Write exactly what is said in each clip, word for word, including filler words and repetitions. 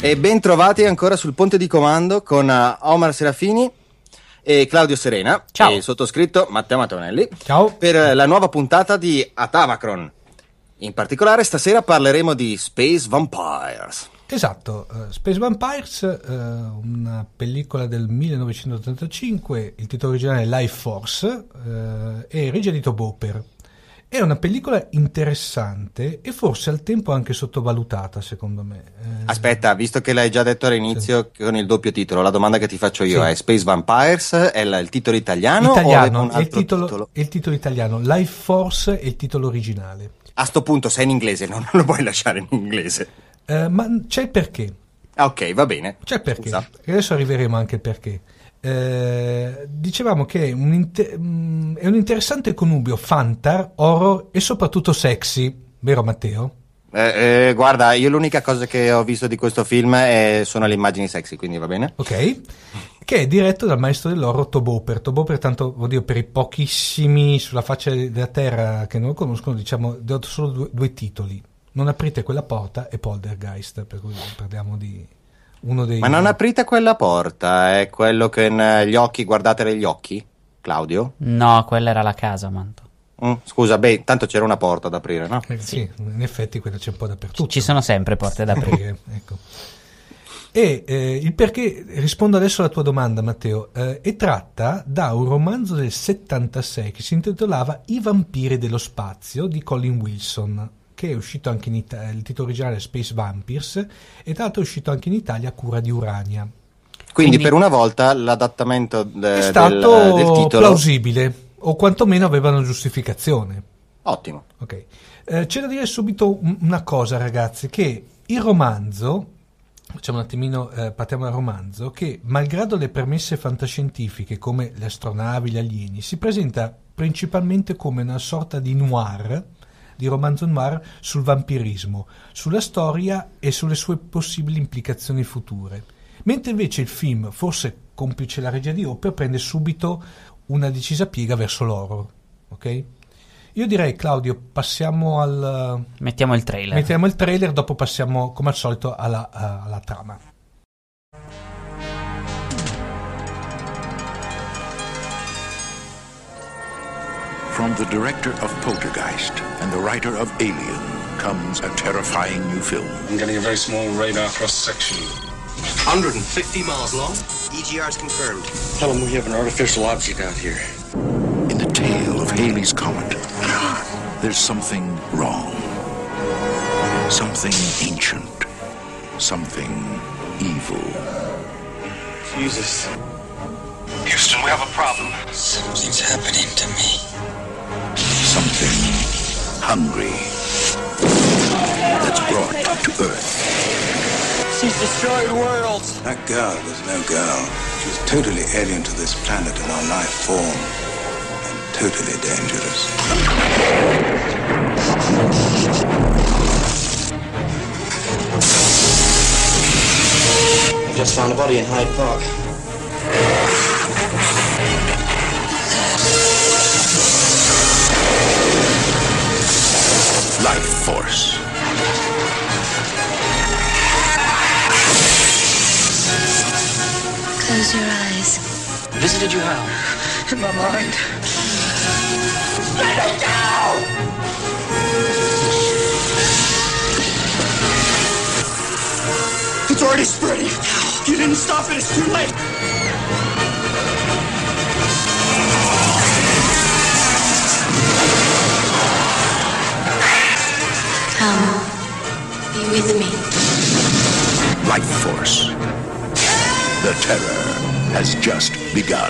E ben trovati ancora sul ponte di comando con uh, Omar Serafini e Claudio Serena. Ciao. E il sottoscritto Matteo Matonelli. Ciao. Per uh, la nuova puntata di Atavacron. In particolare stasera parleremo di Space Vampires. Esatto, uh, Space Vampires, uh, una pellicola del millenovecentottantacinque, il titolo originale è Life Force, uh, e regia di Tobe Hooper. È una pellicola interessante e forse al tempo anche sottovalutata, secondo me. Eh... Aspetta, visto che l'hai già detto all'inizio, sì, con il doppio titolo, la domanda che ti faccio io sì. è: Space Vampires è il, il titolo italiano, italiano o un altro è il titolo, titolo? È il titolo italiano. Life Force è il titolo originale. A sto punto sei in inglese, no? Non lo puoi lasciare in inglese. Eh, ma c'è il perché. Ah, ok, va bene. C'è il perché. Scusa. E adesso arriveremo anche al perché. Eh, dicevamo che è un, inter- mh, è un interessante connubio fantar, horror e soprattutto sexy, vero Matteo? Eh, eh, guarda, io l'unica cosa che ho visto di questo film è, sono le immagini sexy, quindi va bene? Ok, che è diretto dal maestro dell'horror Tobe Hooper. Tobe Hooper, tanto vuol dire, per i pochissimi sulla faccia della terra che non lo conoscono, diciamo, ho dato solo due, due titoli: Non aprite quella porta e Poltergeist, per cui parliamo di uno dei... Ma Non aprite quella porta è quello che negli occhi, guardate negli occhi, Claudio? No, quella era la casa, Manto. Mm, scusa, beh, tanto c'era una porta da aprire, no? Eh, sì, in effetti quella c'è un po' dappertutto. Ci sono sempre porte da aprire. Ecco. E eh, il perché, rispondo adesso alla tua domanda, Matteo, eh, è tratta da un romanzo del settantasei che si intitolava I vampiri dello spazio di Colin Wilson, che è uscito anche in Italia. Il titolo originale è Space Vampires e tra l'altro è uscito anche in Italia a cura di Urania. Quindi, Quindi per una volta l'adattamento de- È stato del, del titolo plausibile, o quantomeno avevano giustificazione. Ottimo. Ok, eh, c'è da dire subito un- una cosa, ragazzi, che il romanzo, facciamo un attimino, eh, partiamo dal romanzo, che malgrado le premesse fantascientifiche come le astronavi, gli alieni, si presenta principalmente come una sorta di noir, di romanzo noir sul vampirismo, sulla storia e sulle sue possibili implicazioni future. Mentre invece il film, forse complice la regia di Hooper, prende subito una decisa piega verso l'horror. Ok? Io direi, Claudio, passiamo al... Mettiamo il trailer. Mettiamo il trailer, dopo passiamo come al solito alla, uh, alla trama. From the director of Poltergeist and the writer of Alien comes a terrifying new film. I'm getting a very small radar cross-section. one hundred fifty miles long. E G R's confirmed. Tell them we have an artificial object out here. In the tale of Halley's Comet, there's something wrong. Something ancient. Something evil. Jesus. Houston, we have a problem. Something's happening to me. Something hungry that's brought to Earth. She's destroyed worlds. That girl was no girl. She was totally alien to this planet and our life form. And totally dangerous. We just found a body in Hyde Park. Life Force. Close your eyes. Visited you how? In my mind. Let it go! It's already spreading. You didn't stop it. It's too late. Come. Be with me. Life Force. The terror has just begun.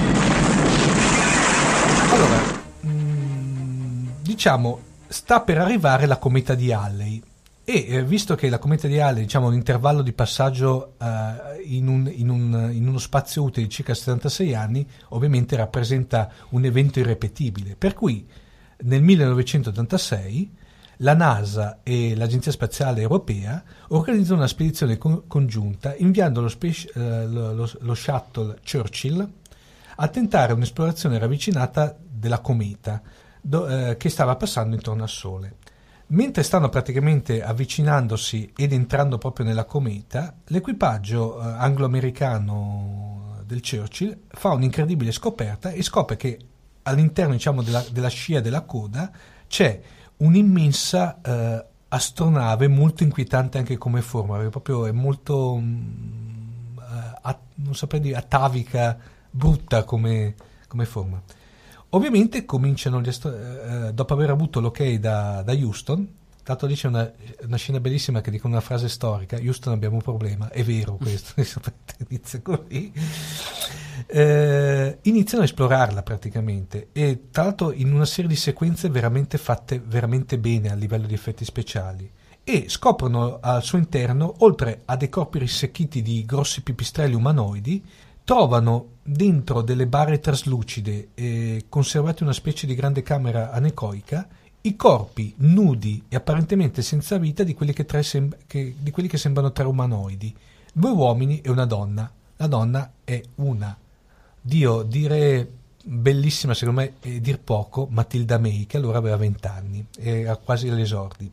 Allora, mh, diciamo, sta per arrivare la cometa di Halley e eh, visto che la cometa di Halley, diciamo, un intervallo di passaggio eh, in, un, in, un, in uno spazio utile di circa settantasei anni, ovviamente rappresenta un evento irripetibile, per cui nel millenovecentottantasei la NASA e l'Agenzia Spaziale Europea organizzano una spedizione con- congiunta inviando lo, spe- eh, lo, lo, lo shuttle Churchill a tentare un'esplorazione ravvicinata della cometa do- eh, che stava passando intorno al Sole. Mentre stanno praticamente avvicinandosi ed entrando proprio nella cometa, l'equipaggio eh, anglo-americano del Churchill fa un'incredibile scoperta e scopre che all'interno, diciamo, della, della scia della coda c'è un'immensa eh, astronave molto inquietante anche come forma, perché proprio è molto mh, a, non saprei dire, atavica, brutta come, come forma. Ovviamente cominciano gli astro- eh, dopo aver avuto l'ok da, da Houston, tanto lì c'è una, una scena bellissima che dice una frase storica: Houston, abbiamo un problema, è vero questo, inizia così. Eh, iniziano a esplorarla praticamente, e tra l'altro in una serie di sequenze veramente fatte veramente bene a livello di effetti speciali, e scoprono al suo interno, oltre a dei corpi risecchiti di grossi pipistrelli umanoidi, trovano dentro delle barre traslucide e conservate in una specie di grande camera anecoica i corpi nudi e apparentemente senza vita di quelli che, tre sem- che, di quelli che sembrano tre umanoidi, due uomini e una donna. La donna è una, Dio, dire bellissima secondo me è dir poco, Matilda May, che allora aveva venti anni, era quasi agli esordi.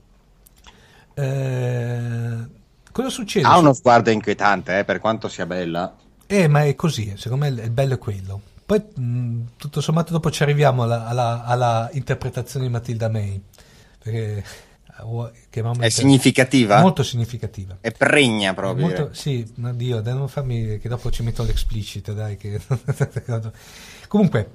Eh, cosa succede? Ha uno sguardo inquietante, eh, per quanto sia bella. Eh, ma è così, secondo me il bello è quello. Poi, mh, tutto sommato, dopo ci arriviamo alla, alla, alla interpretazione di Matilda May, perché che è inter... significativa? Molto significativa. È pregna proprio. Molto, sì, ma Dio, dai, non farmi, che dopo ci metto l'explicit, dai. Che... Comunque,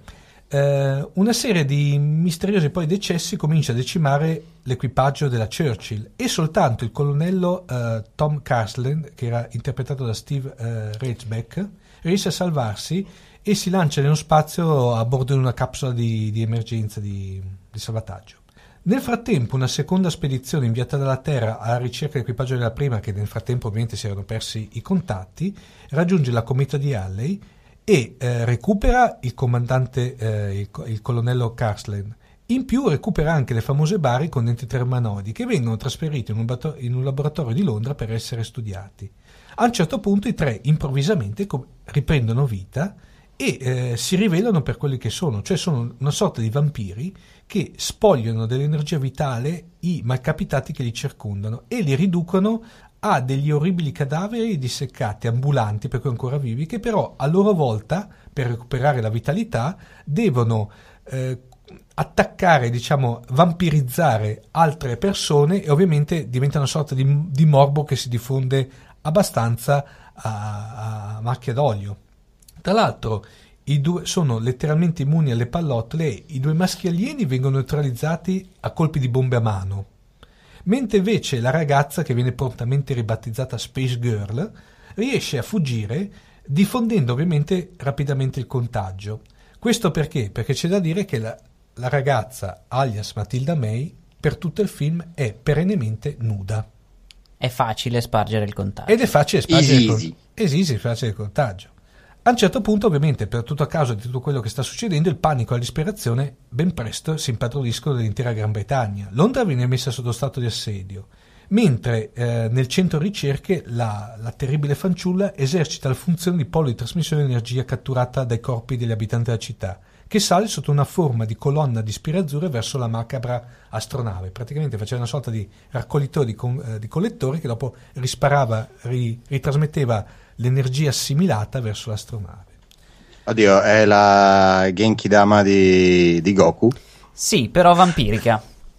eh, una serie di misteriosi poi decessi comincia a decimare l'equipaggio della Churchill, e soltanto il colonnello eh, Tom Carsland, che era interpretato da Steve eh, Reichsbeck, riesce a salvarsi e si lancia nello spazio a bordo di una capsula di, di emergenza di, di salvataggio. Nel frattempo una seconda spedizione inviata dalla Terra alla ricerca dell'equipaggio della prima, che nel frattempo ovviamente si erano persi i contatti, raggiunge la cometa di Halley e eh, recupera il comandante, eh, il, il colonnello Carsland. In più recupera anche le famose bari con denti termanoidi, che vengono trasferiti in un, bato- in un laboratorio di Londra per essere studiati. A un certo punto i tre improvvisamente co- riprendono vita e eh, si rivelano per quelli che sono, cioè sono una sorta di vampiri che spogliano dell'energia vitale i malcapitati che li circondano e li riducono a degli orribili cadaveri disseccati, ambulanti, per cui ancora vivi, che però a loro volta, per recuperare la vitalità, devono eh, attaccare, diciamo, vampirizzare altre persone, e ovviamente diventa una sorta di, di morbo che si diffonde abbastanza a, a macchia d'olio. Tra l'altro i due sono letteralmente immuni alle pallottole e i due maschi alieni vengono neutralizzati a colpi di bombe a mano, mentre invece la ragazza, che viene prontamente ribattezzata Space Girl, riesce a fuggire, diffondendo ovviamente rapidamente il contagio. Questo perché? Perché c'è da dire che la, la ragazza, alias Matilda May, per tutto il film è perennemente nuda. È facile spargere il contagio. Ed è facile spargere easy, il, easy. Con- easy, spargere il contagio. A un certo punto, ovviamente, per tutto a causa di tutto quello che sta succedendo, il panico e la disperazione ben presto si impadroniscono dell'intera Gran Bretagna. Londra viene messa sotto stato di assedio, mentre eh, nel centro ricerche la, la terribile fanciulla esercita la funzione di polo di trasmissione di energia catturata dai corpi degli abitanti della città, che sale sotto una forma di colonna di spirazzure verso la macabra astronave. Praticamente faceva una sorta di raccoglitore di, con, eh, di collettori che dopo risparava, ri, ritrasmetteva l'energia assimilata verso l'astronave. Oddio, è la Genki Dama di, di Goku? Sì, però vampirica.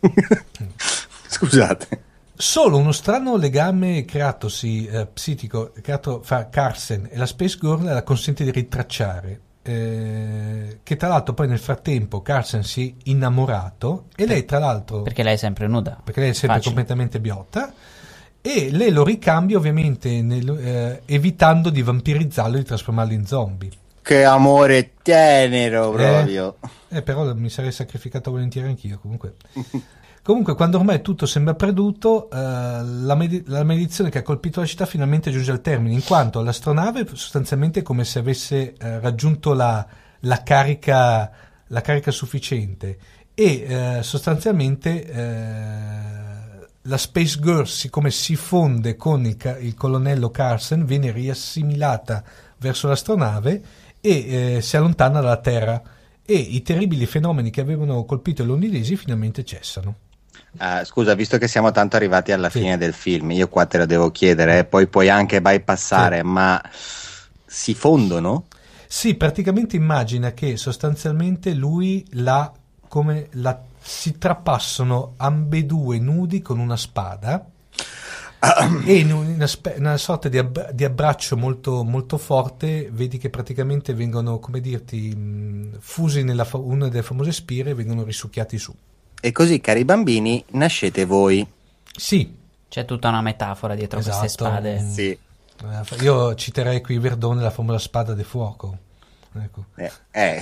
Scusate. Solo uno strano legame creatosi eh, psichico creato fra Carson e la Space Girl la consente di ritracciare, eh, che tra l'altro poi nel frattempo Carson si è innamorato e lei tra l'altro Perché lei è sempre nuda. perché lei è sempre Facile. completamente biotta, e lei lo ricambia ovviamente nel, eh, evitando di vampirizzarlo e di trasformarlo in zombie. Che amore tenero proprio. Eh, eh, però mi sarei sacrificato volentieri anch'io comunque. Comunque, quando ormai tutto sembra perduto, eh, la, med- la maledizione che ha colpito la città finalmente giunge al termine, in quanto l'astronave sostanzialmente è come se avesse eh, raggiunto la, la, carica, la carica sufficiente, e eh, sostanzialmente eh, la Space Girl, siccome si fonde con il, ca- il colonnello Carson, viene riassimilata verso l'astronave e eh, si allontana dalla Terra, e i terribili fenomeni che avevano colpito i londinesi finalmente cessano. Uh, scusa, visto che siamo tanto arrivati alla Sì. fine del film, io qua te lo devo chiedere, eh, poi puoi anche bypassare, Sì. ma si fondono? Sì, praticamente immagina che sostanzialmente lui la come la si trapassano ambedue nudi con una spada e in una, spe- una sorta di, ab- di abbraccio molto, molto forte vedi che praticamente vengono, come dirti, mh, fusi nella fa- una delle famose spire e vengono risucchiati su. E così, cari bambini, nascete voi. Sì, C'è tutta una metafora dietro Esatto. queste spade. Mm. Sì. eh, io citerei qui Verdone, la famosa spada de fuoco. Ecco. Eh, eh.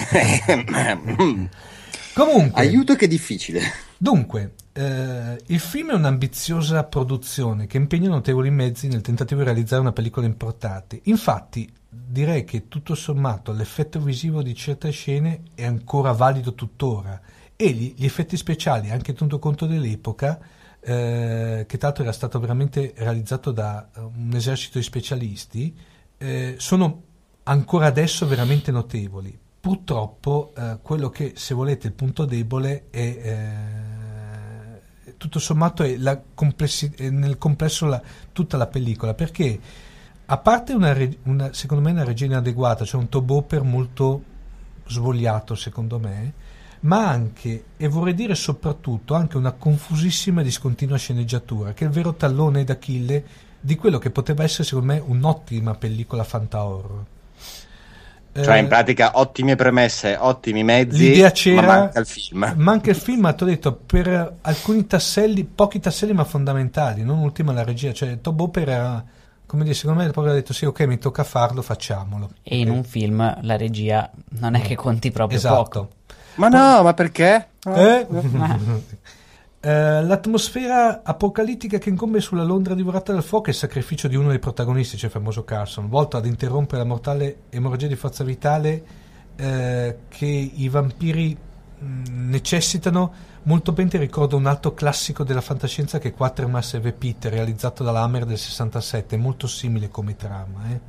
Comunque, Aiuto che è difficile. dunque, eh, il film è un'ambiziosa produzione che impegna notevoli mezzi nel tentativo di realizzare una pellicola importante. Infatti, direi che tutto sommato l'effetto visivo di certe scene è ancora valido tuttora e gli, gli effetti speciali, anche tenuto conto dell'epoca, eh, che tra l'altro era stato veramente realizzato da un esercito di specialisti, eh, sono ancora adesso veramente notevoli. Purtroppo eh, quello che, se volete, il punto debole è eh, tutto sommato è la complessi- è nel complesso la, tutta la pellicola, perché a parte una, re- una secondo me una regia inadeguata, cioè un top hopper molto svogliato secondo me, ma anche, e vorrei dire soprattutto, anche una confusissima e discontinua sceneggiatura, che è il vero tallone d'Achille di quello che poteva essere secondo me un'ottima pellicola fanta-horror. Cioè, Eh, in pratica, ottime premesse, ottimi mezzi, l'idea c'era, ma manca il film. manca il film, ma ti ho detto, per alcuni tasselli, pochi tasselli ma fondamentali, non ultima la regia, cioè Top Hopper era, come dire, secondo me proprio ha detto sì, ok, mi tocca farlo, facciamolo. E in un film la regia non è che conti proprio Esatto. poco. Ma no, ma perché? Eh? Eh, l'atmosfera apocalittica che incombe sulla Londra divorata dal fuoco è il sacrificio di uno dei protagonisti, cioè il famoso Carson, volto ad interrompere la mortale emorragia di forza vitale eh, che i vampiri mh, necessitano. Molto ben ti ricordo un altro classico della fantascienza che è Quatermass e The Pit, realizzato dalla Hammer del sessantasette, molto simile come trama. Eh.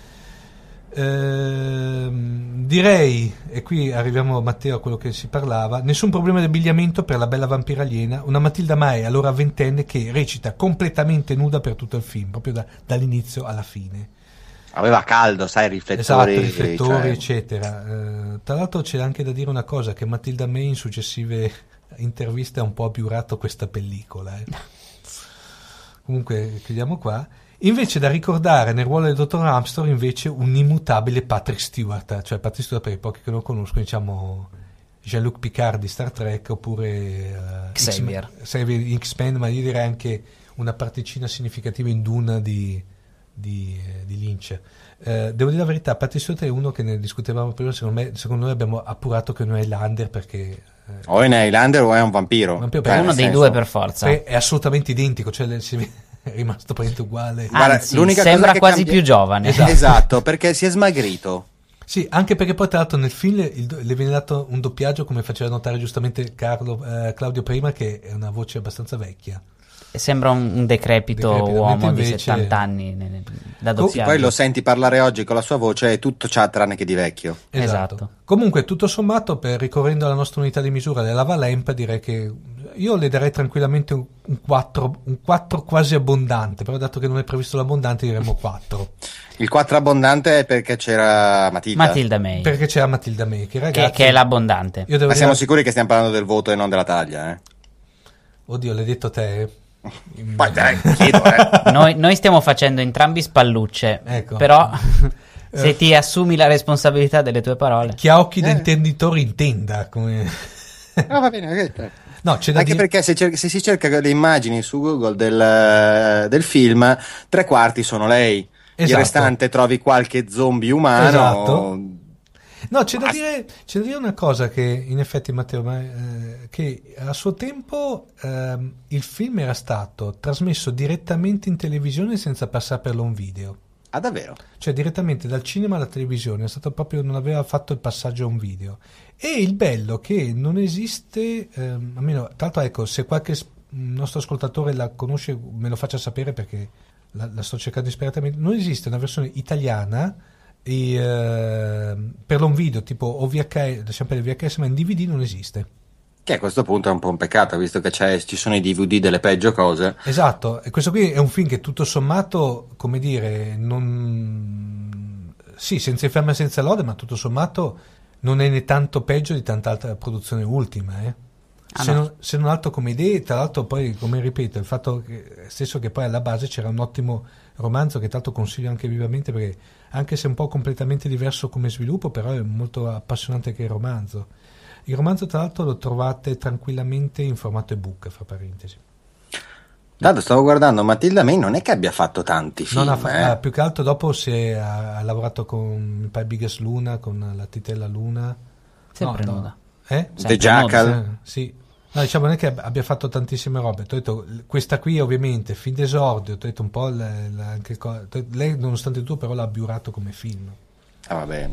Ehm, direi, e qui arriviamo Matteo a quello che si parlava, nessun problema di abbigliamento per la bella vampira aliena, una Matilda May allora ventenne che recita completamente nuda per tutto il film, proprio da- dall'inizio alla fine. Aveva caldo, sai, riflettori. Esatto, riflettori cioè, eccetera. Eh, tra l'altro c'è anche da dire una cosa, che Matilda May in successive interviste ha un po' abiurato questa pellicola. eh. Comunque chiudiamo qua. Invece da ricordare nel ruolo del dottor Armstrong invece un immutabile Patrick Stewart, cioè Patrick Stewart per i pochi che non conoscono, diciamo Jean-Luc Picard di Star Trek, oppure uh, Xavier. X-Men, Xavier in X-Men, ma io direi anche una particina significativa in Duna di, di, eh, di Lynch. Eh, devo dire la verità, Patrick Stewart è uno che ne discutevamo prima, secondo me, secondo noi abbiamo appurato che non è Highlander perché eh, O è un Highlander o è un vampiro. Vampiro, Cioè, per Uno nel dei senso- due per forza. è, è assolutamente identico, cioè le- si vede- è rimasto praticamente uguale. Guarda, Anzi, l'unica sembra cosa che quasi cambia- più giovane. Esatto. Esatto, perché si è smagrito. Sì, anche perché poi tra l'altro nel film il do- le viene dato un doppiaggio, come faceva notare giustamente Carlo, eh, Claudio prima, che è una voce abbastanza vecchia. Sembra un, un decrepito, Decrepito, uomo mentre di invece- settanta anni ne- ne- da Co- doppiaggio. Poi lo senti parlare oggi con la sua voce e tutto c'ha tranne che di vecchio. Esatto. Comunque, tutto sommato, per ricorrendo alla nostra unità di misura della Valamp, direi che io le darei tranquillamente un, un quattro, un quattro quasi abbondante, però dato che non è previsto l'abbondante diremmo quattro. Il quattro abbondante è perché c'era Matilda. Matilda May, Perché c'era Matilda May, che che, ragazzi... che è l'abbondante. Io devo Ma dire- siamo sicuri che stiamo parlando del voto e non della taglia, eh? Oddio, l'hai detto te? Poi dai, chiedo, eh. Noi, noi stiamo facendo entrambi spallucce, Ecco. però se ti assumi la responsabilità delle tue parole. Chi ha occhi da Eh. intenditore intenda, come... No, va bene, ok. No, c'è da Anche dire... perché se, cer- se si cerca le immagini su Google del, del film, tre quarti sono lei. Il Esatto. restante trovi qualche zombie umano. Esatto. No, c'è da, Basta. dire, c'è da dire una cosa che in effetti Matteo, ma, eh, che a suo tempo ehm, il film era stato trasmesso direttamente in televisione senza passare per un video, Ah, davvero? cioè direttamente dal cinema alla televisione, è stato proprio, non aveva fatto il passaggio a un video. E il bello che non esiste, ehm, almeno, tra l'altro ecco, se qualche s- nostro ascoltatore la conosce me lo faccia sapere perché la, la sto cercando disperatamente, non esiste una versione italiana e, eh, per l'on video tipo o V H S, lasciamo perdere il V H S, ma in D V D non esiste. Che Che a questo punto è un po' un peccato, visto che c'è, ci sono i D V D delle peggio cose. Esatto, e questo qui è un film che tutto sommato, come dire, non... sì, senza inferma e senza lode, ma tutto sommato non è né tanto peggio di tanta altra produzione ultima, eh. Ah, se, no. non, se non altro come idee, tra l'altro poi, come ripeto, il fatto che, stesso che poi alla base c'era un ottimo romanzo che tra l'altro consiglio anche vivamente, perché anche se è un po' completamente diverso come sviluppo, però è molto appassionante anche il romanzo. Il romanzo tra l'altro lo trovate tranquillamente in formato ebook, fra parentesi. Tanto stavo guardando, Matilda May non è che abbia fatto tanti film, Non ha fa- eh. ah, più che altro dopo si è, ha, ha lavorato con mi pare Biggest Luna, con la Titella Luna. Sempre No, no. nuda. Eh? The Jackal. Eh, sì. No, diciamo non è che ab- abbia fatto tantissime robe. T'ho detto, l- questa qui ovviamente, fin d'esordio, t'ho detto un po' la, la, anche co- t'ho- lei nonostante tutto però l'ha abiurato come film. Ah, vabbè.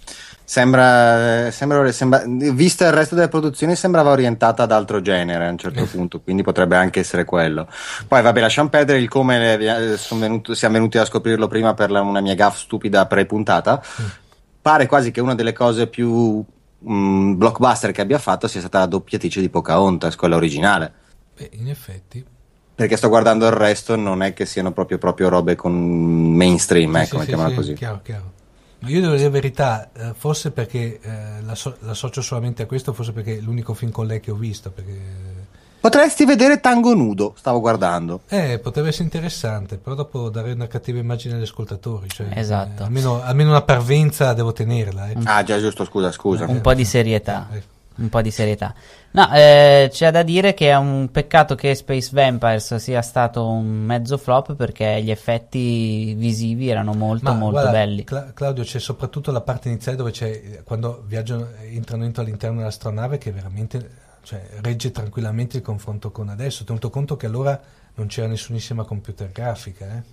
Sembra, sembra, sembra, vista il resto delle produzioni, sembrava orientata ad altro genere a un certo punto, quindi potrebbe anche essere quello. Poi, vabbè, lasciamo perdere il come le, sono venuto, siamo venuti a scoprirlo prima per la, una mia gaffe stupida pre-puntata. Mm. Pare quasi che una delle cose più mh, blockbuster che abbia fatto sia stata la doppiatrice di Pocahontas, quella originale. Beh, in effetti. Perché sto guardando il resto, non è che siano proprio, proprio robe con mainstream, Sì, ecco, sì, mettiamola sì, così. Chiaro, chiaro. Ma io devo dire la verità, eh, forse perché eh, l'asso- l'associo solamente a questo, forse perché è l'unico film con lei che ho visto, perché Potresti vedere Tango Nudo, stavo guardando. eh, potrebbe essere interessante, però dopo dare una cattiva immagine agli ascoltatori, cioè, Esatto. eh, almeno, almeno una parvenza devo tenerla. Eh. Ah, già, giusto, scusa, scusa. Un po' di serietà. Eh. Un po' di serietà. No, eh, c'è da dire che è un peccato che Space Vampires sia stato un mezzo flop, perché gli effetti visivi erano molto Ma molto guarda, belli. Cla- Claudio, c'è soprattutto la parte iniziale dove c'è quando viaggiano, entrano dentro all'interno dell'astronave, che veramente, cioè, regge tranquillamente il confronto con adesso, tenuto conto che allora non c'era nessunissima computer grafica, eh.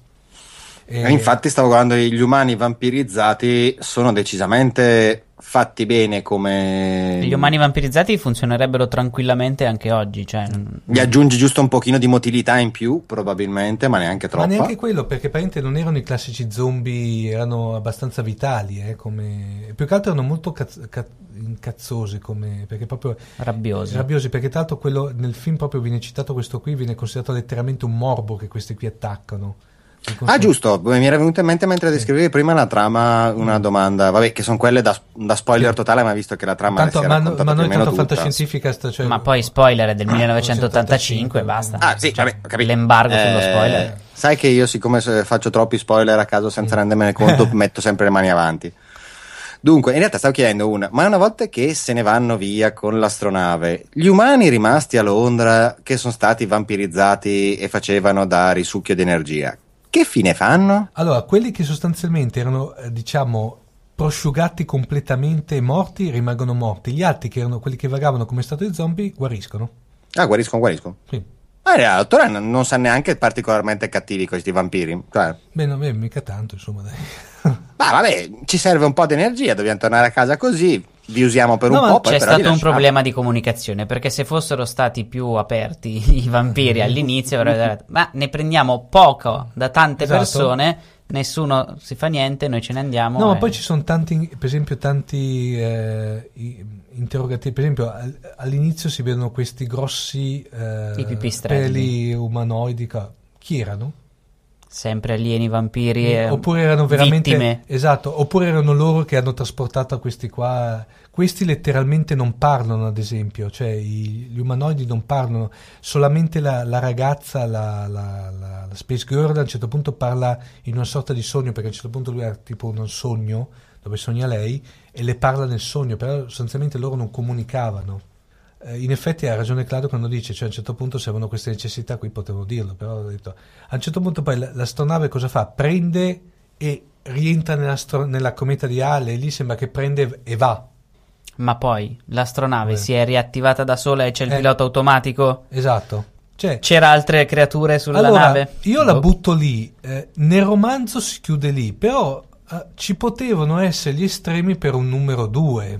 E infatti stavo guardando, gli umani vampirizzati sono decisamente fatti bene come... Gli umani vampirizzati funzionerebbero tranquillamente anche oggi, cioè... Gli aggiungi giusto un pochino di motilità in più, probabilmente, ma neanche troppa. Ma neanche quello, perché apparentemente non erano i classici zombie, erano abbastanza vitali, eh, come... più che altro erano molto caz- ca- incazzosi, come... perché proprio... Rabbiosi. Rabbiosi, perché tra l'altro quello, nel film proprio viene citato questo qui, viene considerato letteralmente un morbo che questi qui attaccano. Ah, giusto, mi era venuto in mente mentre descrivevi prima la trama una domanda, vabbè, che sono quelle da, da spoiler totale, ma visto che la trama Tanto, si è ma, raccontata ma più o noi meno tanto tutta. fantascientifica sta, cioè... Ma poi spoiler è del millenovecentottantacinque, basta. Ah, sì, Cioè, vabbè, ho capito. l'embargo Eh, sullo spoiler. Sai che io, siccome se faccio troppi spoiler a caso senza rendermene conto, metto sempre le mani avanti. Dunque, in realtà stavo chiedendo una, ma una volta che se ne vanno via con l'astronave, gli umani rimasti a Londra, che sono stati vampirizzati e facevano da risucchio di energia, che fine fanno? Allora, quelli che sostanzialmente erano, eh, diciamo, prosciugati completamente e morti, rimangono morti. Gli altri, che erano quelli che vagavano come stato di zombie, guariscono. Ah, guariscono, guariscono. Sì. Ma in realtà l'autore non, non sa neanche particolarmente cattivi questi vampiri. Cioè, Beh, no, beh, mica tanto, insomma, dai. ma vabbè, ci serve un po' di energia, dobbiamo tornare a casa così, vi usiamo per No, un ma po', poi c'è però vi stato un lasciamo. problema di comunicazione, perché se fossero stati più aperti i vampiri all'inizio avrebbero detto, ma ne prendiamo poco da tante Esatto. persone, nessuno si fa niente, noi ce ne andiamo. No, ma e- poi ci sono tanti, per esempio, tanti eh, i- interrogativi. Per esempio, al- all'inizio si vedono questi grossi eh, I pipistrelli. peli umanoidi. ca- Chi erano? sempre alieni, vampiri, e Oppure erano veramente vittime. esatto, oppure erano loro che hanno trasportato questi qua. Questi letteralmente non parlano, ad esempio, cioè i- gli umanoidi non parlano, solamente la, la ragazza, la, la, la, la Space Girl, a un certo punto parla in una sorta di sogno, perché a un certo punto lui ha tipo un sogno dove sogna lei e le parla nel sogno, però sostanzialmente loro non comunicavano. Eh, in effetti ha ragione Claudio quando dice, cioè a un certo punto se avevano queste necessità qui potevano dirlo, però ho detto, a un certo punto poi la- l'astronave cosa fa? Prende e rientra nell'astro- nella cometa di Hale, e lì sembra che prende e va. Ma poi l'astronave Eh. si è riattivata da sola e c'è il Eh. pilota automatico? Esatto. Cioè, C'era altre creature sulla allora, nave? io la Boh. butto lì, eh, nel romanzo si chiude lì, però eh, ci potevano essere gli estremi per un numero due.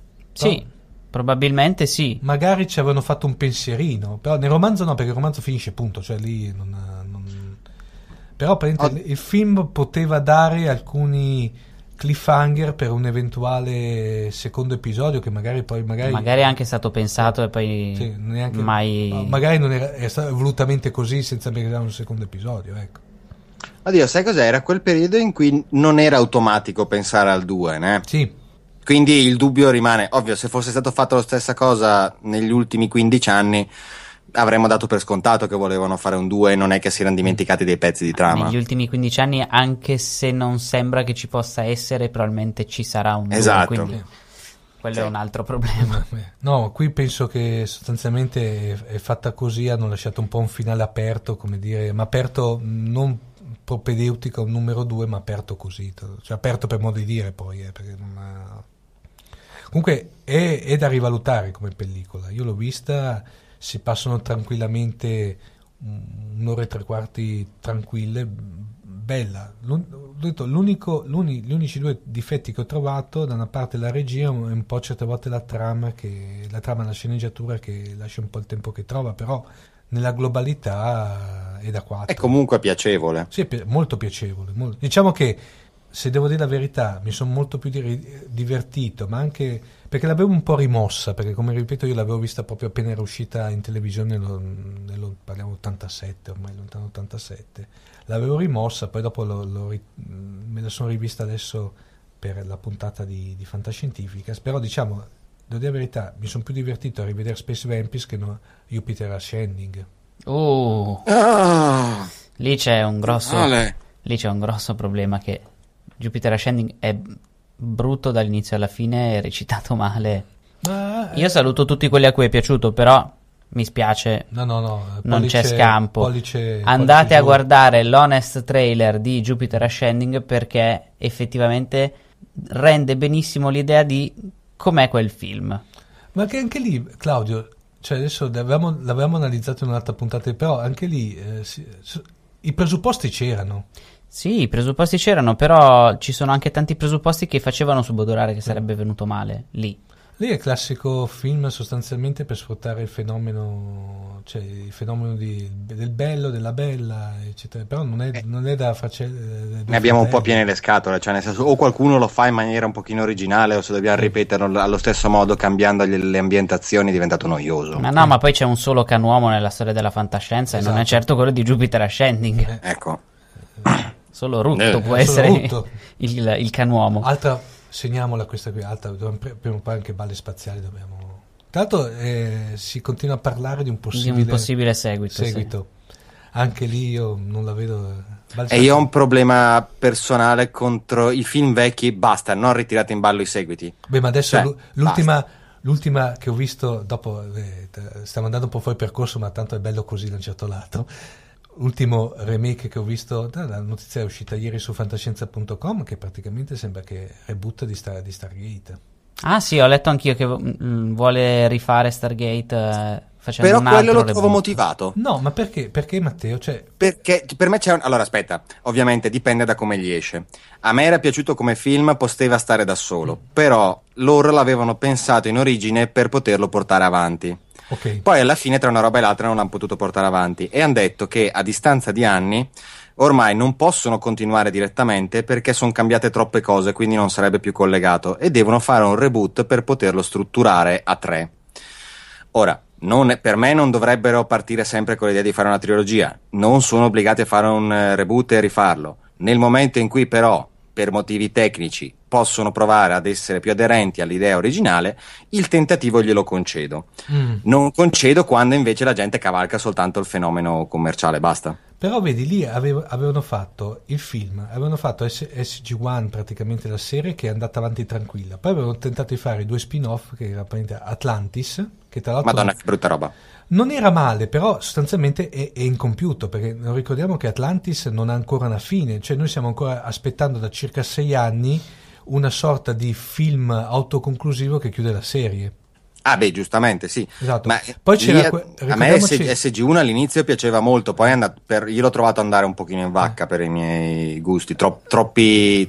Sì, probabilmente sì. Magari ci avevano fatto un pensierino, però nel romanzo no, perché il romanzo finisce punto, cioè lì non... non... Però praticamente il film poteva dare alcuni cliffhanger per un eventuale secondo episodio che magari poi magari, magari è anche stato pensato e poi sì, neanche, mai magari non era, è stato volutamente così senza pensare a un secondo episodio, ecco. Oddio, sai cos'è? Era quel periodo in cui non era automatico pensare al due, né? Sì. Quindi il dubbio rimane. Ovvio, se fosse stato fatto la stessa cosa negli ultimi quindici anni avremmo dato per scontato che volevano fare un due e non è che si erano dimenticati dei pezzi di trama. Negli ultimi quindici anni, anche se non sembra che ci possa essere, probabilmente ci sarà un due, esatto. quindi quello sì. è un altro problema. No, qui penso che sostanzialmente è fatta così, hanno lasciato un po' un finale aperto, come dire, ma aperto non propedeutico a un numero due, ma aperto così, cioè aperto per modo di dire poi, eh, perché non ha... Comunque è, è da rivalutare come pellicola, io l'ho vista, si passano tranquillamente un'ora e tre quarti tranquille, bella. L'unico, l'uni, gli unici due difetti che ho trovato, da una parte la regia e un po' certe volte la trama, che, la trama e la sceneggiatura che lascia un po' il tempo che trova, però nella globalità è da quattro. È comunque piacevole. Sì, è molto piacevole. Molto. Diciamo che, se devo dire la verità, mi sono molto più di- divertito, ma anche perché l'avevo un po' rimossa, perché come ripeto io l'avevo vista proprio appena era uscita in televisione, nello, nello, parliamo ottantasette, ormai lontano ottantasette, l'avevo rimossa, poi dopo lo, lo, me la sono rivista adesso per la puntata di, di Fantascientificas, però diciamo, devo dire la verità, mi sono più divertito a rivedere Space Vampires che no Jupiter Ascending. Uh, Ah, lì c'è un grosso male. lì c'è un grosso problema, che Jupiter Ascending è brutto dall'inizio alla fine, è recitato male. Ma, Io eh, saluto tutti quelli a cui è piaciuto, però mi spiace, no, no, no, non pollice- c'è scampo. pollice- Andate pollice a giù. guardare l'honest trailer di Jupiter Ascending, perché effettivamente rende benissimo l'idea di com'è quel film. Ma che anche lì, Claudio, cioè adesso l'avevamo, l'avevamo analizzato in un'altra puntata, però anche lì eh, si- su- i presupposti c'erano. Sì, i presupposti c'erano, però ci sono anche tanti presupposti che facevano subodorare che sarebbe venuto male lì. Lì è il classico film sostanzialmente per sfruttare il fenomeno, cioè il fenomeno di- del bello, della bella, eccetera. Però non è, non è da farci. Ne abbiamo un po' piene le scatole, cioè nel senso, o qualcuno lo fa in maniera un pochino originale, o se dobbiamo ripeterlo allo stesso modo cambiando gli- le ambientazioni è diventato noioso. Ma no, ma poi c'è un solo canuomo nella storia della fantascienza, e non è Esatto. certo quello di Jupiter Ascending. Ecco. Solo Rutto Eh, può solo essere Rutto. il, il canuomo. Altra, segniamola questa qui, altra, dobbiamo pre- prima o poi anche balle spaziali dobbiamo. Tra l'altro eh, si continua a parlare di un Di possibile, un possibile seguito. sì. seguito. Anche lì io non la vedo. Balle E io ho spaziali- un problema personale contro i film vecchi, basta, non ritirate in ballo i seguiti. Beh, ma adesso Cioè, l'u- l'ultima, l'ultima che ho visto, dopo eh, t- stiamo andando un po' fuori percorso, ma tanto è bello così da un certo lato. Ultimo remake che ho visto, da- la notizia è uscita ieri su fantascienza punto com, che praticamente sembra che reboot di, Star, di Stargate. Ah sì, ho letto anch'io che mm, vuole rifare Stargate eh, facendo Però un quello altro lo trovo reboot. motivato. No, ma perché? Perché Matteo? Cioè, Perché per me c'è un... Allora aspetta, ovviamente dipende da come gli esce. A me era piaciuto come film, poteva stare da solo, però loro l'avevano pensato in origine per poterlo portare avanti. ok. Poi alla fine tra una roba e l'altra non l'hanno potuto portare avanti e hanno detto che a distanza di anni ormai non possono continuare direttamente perché sono cambiate troppe cose, quindi non sarebbe più collegato e devono fare un reboot per poterlo strutturare a tre. Ora, non è- per me non dovrebbero partire sempre con l'idea di fare una trilogia, non sono obbligati a fare un eh, reboot e rifarlo. Nel momento in cui però, per motivi tecnici, possono provare ad essere più aderenti all'idea originale, il tentativo glielo concedo. Mm. Non concedo quando invece la gente cavalca soltanto il fenomeno commerciale, basta. Però vedi, lì avev- avevano fatto il film, avevano fatto S- SG uno praticamente la serie che è andata avanti tranquilla, poi avevano tentato di fare due spin-off che era appunto Atlantis, che tra l'altro Madonna, che brutta roba. non era male, però sostanzialmente è, è incompiuto, perché non ricordiamo che Atlantis non ha ancora una fine, cioè noi stiamo ancora aspettando da circa sei anni una sorta di film autoconclusivo che chiude la serie. Ah beh, giustamente, sì. Esatto. Ma Poi c'era lì, que- a me ricordiamoci- S G uno all'inizio piaceva molto, poi è andato per, io l'ho trovato andare un pochino in vacca per i miei gusti, Tro- troppi, troppi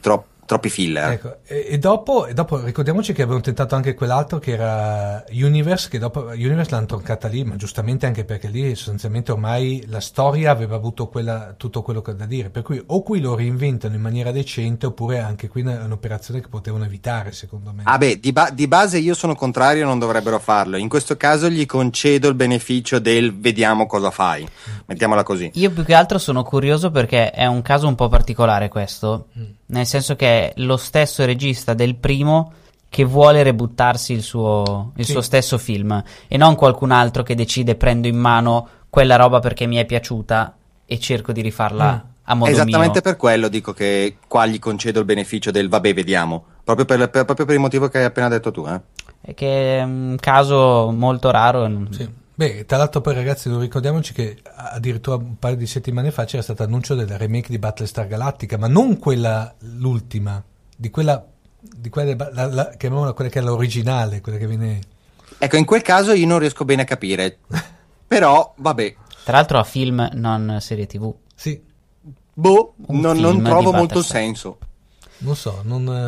troppi filler. Ecco, e, e, dopo, e dopo ricordiamoci che avevano tentato anche quell'altro che era Universe, che dopo Universe l'hanno troncata lì, ma giustamente anche perché lì sostanzialmente ormai la storia aveva avuto quella, tutto quello che da dire, per cui o qui lo reinventano in maniera decente oppure anche qui è un'operazione che potevano evitare, secondo me. Ah beh, di, ba- di base io sono contrario, non dovrebbero farlo. In questo caso gli concedo il beneficio del vediamo cosa fai, mettiamola così. Io più che altro sono curioso perché è un caso un po' particolare questo, mm. nel senso che è lo stesso regista del primo che vuole rebuttarsi il suo, il sì. suo stesso film e non qualcun altro che decide prendo in mano quella roba perché mi è piaciuta e cerco di rifarla mm. a modo Esattamente mio. Per quello dico che qua gli concedo il beneficio del vabbè vediamo, proprio per, per, proprio per il motivo che hai appena detto tu. Eh. È che è un caso molto raro. Sì. Beh, tra l'altro poi ragazzi non ricordiamoci che addirittura un paio di settimane fa c'era stato annuncio della remake di Battlestar Galactica, ma non quella l'ultima, di quella di quella la, la, chiamiamola quella che è l'originale, quella che viene. Ecco, in quel caso io non riesco bene a capire. Però vabbè. Tra l'altro a film, non serie tivù. Sì. Boh, non, non trovo molto senso. Non so,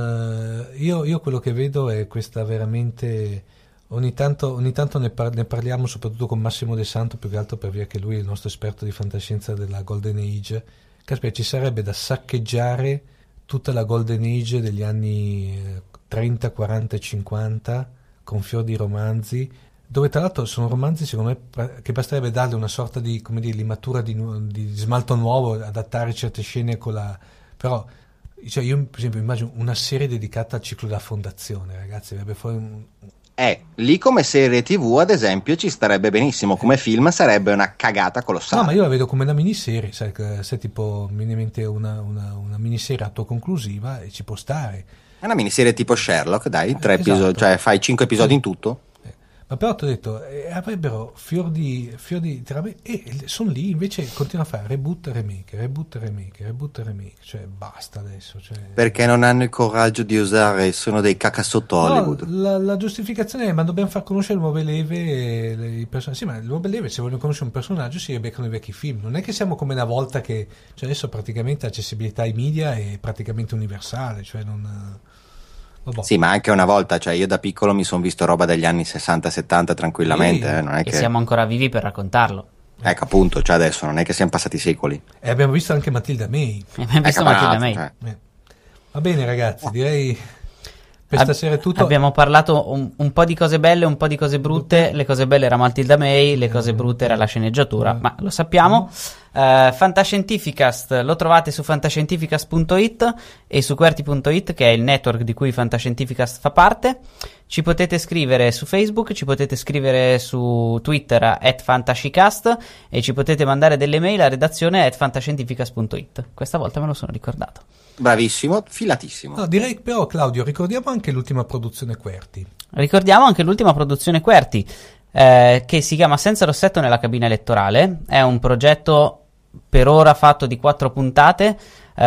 non, io, io quello che vedo è questa veramente. Ogni tanto, ogni tanto ne, par- ne parliamo soprattutto con Massimo De Santo, più che altro per via che lui è il nostro esperto di fantascienza della Golden Age. Caspita, ci sarebbe da saccheggiare tutta la Golden Age degli anni trenta, quaranta e cinquanta con fior di romanzi, dove tra l'altro sono romanzi secondo me che basterebbe darle una sorta di, come dire, limatura di, nu- di smalto nuovo, adattare certe scene con la. Però cioè io per esempio immagino una serie dedicata al ciclo della fondazione, ragazzi, avrebbe fuori un. Eh, lì come serie tivù ad esempio ci starebbe benissimo, come film sarebbe una cagata colossale. No, ma io la vedo come una miniserie, sai, se tipo minimamente una, una, una miniserie autoconclusiva e ci può stare. È una miniserie tipo Sherlock, dai, tre eh, esatto. episodi, cioè fai cinque episodi sì. in tutto. Ma però ti ho detto, eh, avrebbero fior di, fior di e sono lì invece continuano a fare reboot remake, reboot remake, reboot remake, cioè basta adesso. Cioè... Perché non hanno il coraggio di usare, sono dei cacassotto Hollywood. No, la, la giustificazione è ma dobbiamo far conoscere nuove leve e le, i personaggi. Sì, ma le nuove leve se vogliono conoscere un personaggio si ribeccano i vecchi film. Non è che siamo come una volta che, cioè adesso praticamente accessibilità ai media è praticamente universale, cioè non... Vabbè. Sì, ma anche una volta, cioè io da piccolo mi sono visto roba degli anni sessanta settanta tranquillamente, sì. eh, non è e che siamo ancora vivi per raccontarlo. Ecco appunto, cioè adesso non è che siamo passati secoli. E abbiamo visto anche Matilda May. E abbiamo visto ecco, Matilda May. Cioè. Eh. Va bene ragazzi, direi per stasera è tutto. Abbiamo parlato un, un po' di cose belle, un po' di cose brutte. Le cose belle era Matilda May, le cose brutte era la sceneggiatura, ma lo sappiamo. Uh, Fantascientificast lo trovate su fantascientificast punto it e su Qwerty punto it, che è il network di cui Fantascientificast fa parte. Ci potete scrivere su Facebook, ci potete scrivere su Twitter a at fantascicast e ci potete mandare delle mail a redazione at fantascientificast punto it. Questa volta me lo sono ricordato. Bravissimo, filatissimo. No, direi però Claudio, ricordiamo anche l'ultima produzione Qwerty. Ricordiamo anche l'ultima produzione Qwerty, eh, che si chiama Senza Rossetto nella cabina elettorale. È un progetto per ora fatto di quattro puntate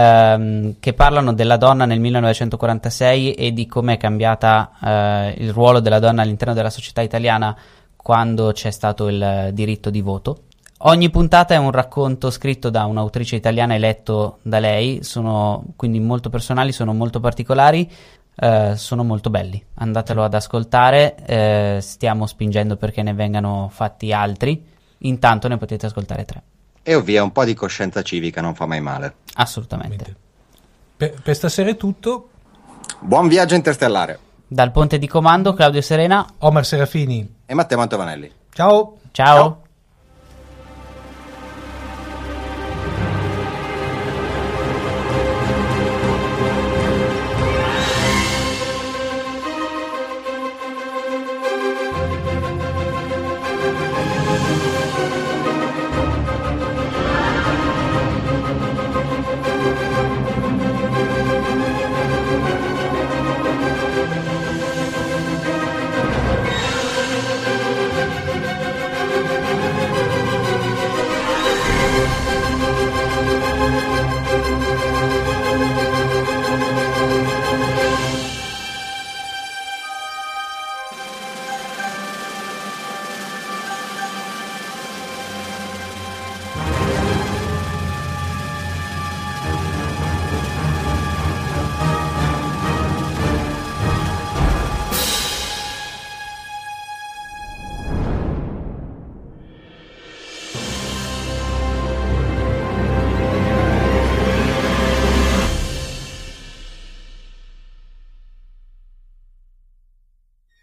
ehm, che parlano della donna nel millenovecentoquarantasei e di come è cambiata eh, il ruolo della donna all'interno della società italiana quando c'è stato il diritto di voto. Ogni puntata è un racconto scritto da un'autrice italiana e letto da lei, sono quindi molto personali, sono molto particolari, eh, sono molto belli. Andatelo ad ascoltare, eh, stiamo spingendo perché ne vengano fatti altri, intanto ne potete ascoltare tre. E ovvia, un po' di coscienza civica non fa mai male. Assolutamente. Per, per stasera è tutto. Buon viaggio interstellare. Dal ponte di comando, Claudio Serena, Omar Serafini e Matteo Mantovanelli. Ciao. Ciao. Ciao.